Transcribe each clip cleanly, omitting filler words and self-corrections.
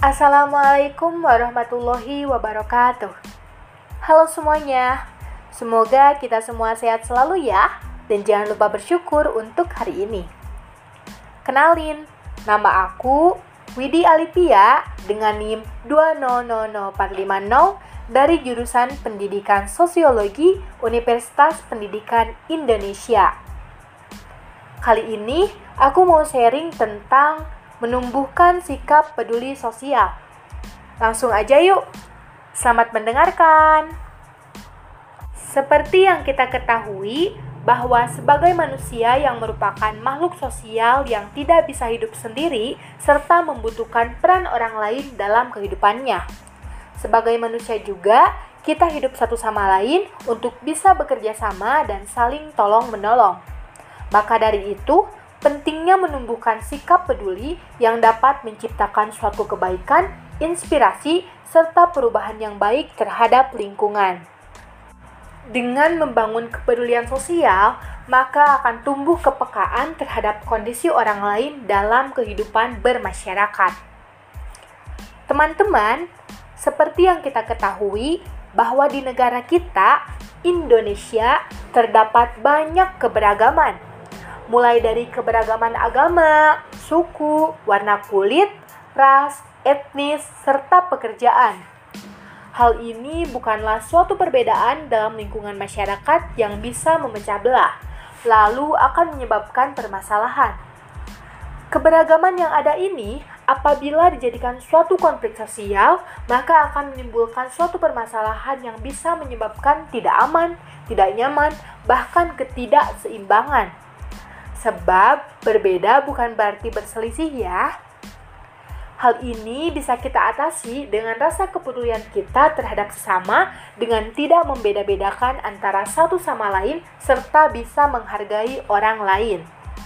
Assalamualaikum warahmatullahi wabarakatuh. Halo semuanya, semoga kita semua sehat selalu ya. Dan jangan lupa bersyukur untuk hari ini. Kenalin, nama aku Widi Alipia dengan NIM 2000450 dari jurusan Pendidikan Sosiologi Universitas Pendidikan Indonesia. Kali ini aku mau sharing tentang menumbuhkan sikap peduli sosial. Langsung aja yuk. Selamat mendengarkan. Seperti yang kita ketahui bahwa sebagai manusia yang merupakan makhluk sosial yang tidak bisa hidup sendiri serta membutuhkan peran orang lain dalam kehidupannya. Sebagai manusia juga, kita hidup satu sama lain untuk bisa bekerja sama dan saling tolong-menolong. Maka dari itu, pentingnya menumbuhkan sikap peduli yang dapat menciptakan suatu kebaikan, inspirasi, serta perubahan yang baik terhadap lingkungan. Dengan membangun kepedulian sosial, maka akan tumbuh kepekaan terhadap kondisi orang lain dalam kehidupan bermasyarakat. Teman-teman, seperti yang kita ketahui bahwa di negara kita, Indonesia, terdapat banyak keberagaman. Mulai dari keberagaman agama, suku, warna kulit, ras, etnis, serta pekerjaan. Hal ini bukanlah suatu perbedaan dalam lingkungan masyarakat yang bisa memecah belah, lalu akan menyebabkan permasalahan. Keberagaman yang ada ini, apabila dijadikan suatu konflik sosial, maka akan menimbulkan suatu permasalahan yang bisa menyebabkan tidak aman, tidak nyaman, bahkan ketidakseimbangan. Sebab berbeda bukan berarti berselisih ya. Hal ini bisa kita atasi dengan rasa kepedulian kita terhadap sesama dengan tidak membeda-bedakan antara satu sama lain serta bisa menghargai orang lain.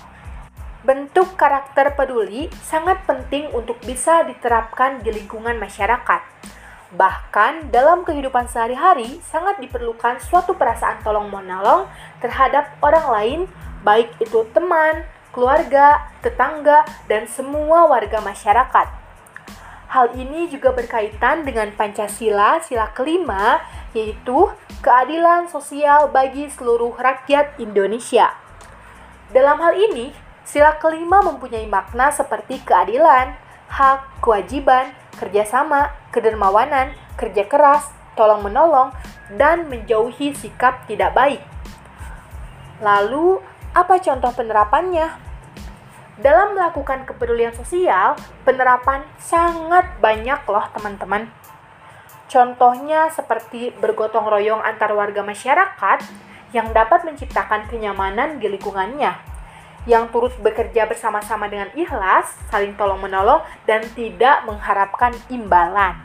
Bentuk karakter peduli sangat penting untuk bisa diterapkan di lingkungan masyarakat. Bahkan dalam kehidupan sehari-hari sangat diperlukan suatu perasaan tolong-menolong terhadap orang lain, baik itu teman, keluarga, tetangga, dan semua warga masyarakat. Hal ini juga berkaitan dengan Pancasila, sila kelima, yaitu keadilan sosial bagi seluruh rakyat Indonesia. Dalam hal ini, sila kelima mempunyai makna seperti keadilan, hak, kewajiban, kerjasama, kedermawanan, kerja keras, tolong-menolong, dan menjauhi sikap tidak baik. Lalu, apa contoh penerapannya? Dalam melakukan kepedulian sosial, penerapan sangat banyak loh teman-teman. Contohnya seperti bergotong royong antar warga masyarakat yang dapat menciptakan kenyamanan di lingkungannya, yang turut bekerja bersama-sama dengan ikhlas, saling tolong-menolong, dan tidak mengharapkan imbalan.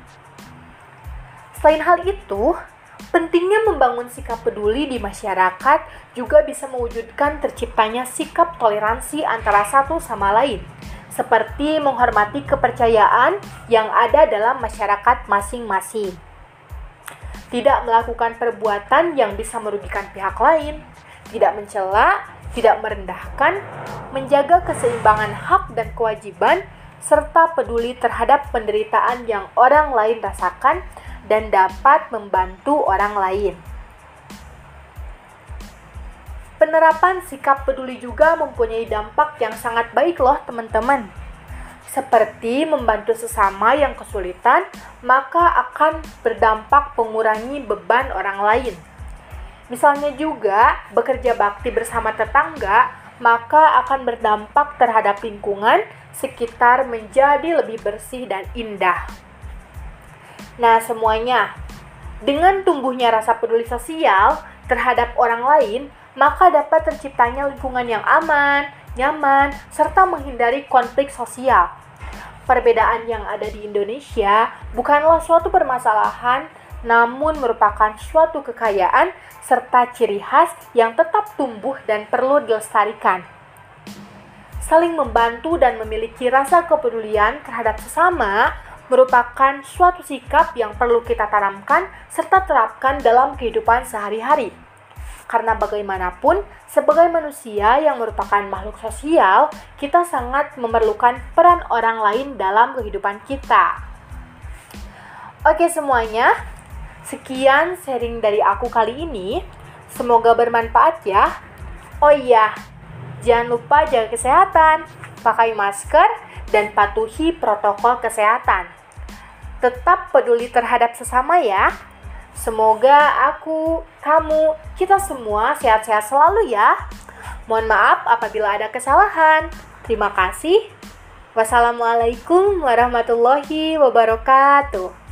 Selain hal itu, pentingnya membangun sikap peduli di masyarakat juga bisa mewujudkan terciptanya sikap toleransi antara satu sama lain, seperti menghormati kepercayaan yang ada dalam masyarakat masing-masing. Tidak melakukan perbuatan yang bisa merugikan pihak lain, tidak mencela, tidak merendahkan, menjaga keseimbangan hak dan kewajiban, serta peduli terhadap penderitaan yang orang lain rasakan dan dapat membantu orang lain. Penerapan sikap peduli juga mempunyai dampak yang sangat baik loh teman-teman. Seperti membantu sesama yang kesulitan, maka akan berdampak mengurangi beban orang lain. Misalnya juga bekerja bakti bersama tetangga, maka akan berdampak terhadap lingkungan sekitar menjadi lebih bersih dan indah. Nah semuanya, dengan tumbuhnya rasa peduli sosial terhadap orang lain, maka dapat terciptanya lingkungan yang aman, nyaman, serta menghindari konflik sosial. Perbedaan yang ada di Indonesia bukanlah suatu permasalahan, namun merupakan suatu kekayaan serta ciri khas yang tetap tumbuh dan perlu dilestarikan. Saling membantu dan memiliki rasa kepedulian terhadap sesama merupakan suatu sikap yang perlu kita tanamkan serta terapkan dalam kehidupan sehari-hari. Karena bagaimanapun, sebagai manusia yang merupakan makhluk sosial, kita sangat memerlukan peran orang lain dalam kehidupan kita. Oke semuanya, sekian sharing dari aku kali ini. Semoga bermanfaat ya. Oh iya, jangan lupa jaga kesehatan, pakai masker, dan patuhi protokol kesehatan. Tetap peduli terhadap sesama ya. Semoga aku, kamu, kita semua sehat-sehat selalu ya. Mohon maaf apabila ada kesalahan. Terima kasih. Wassalamualaikum warahmatullahi wabarakatuh.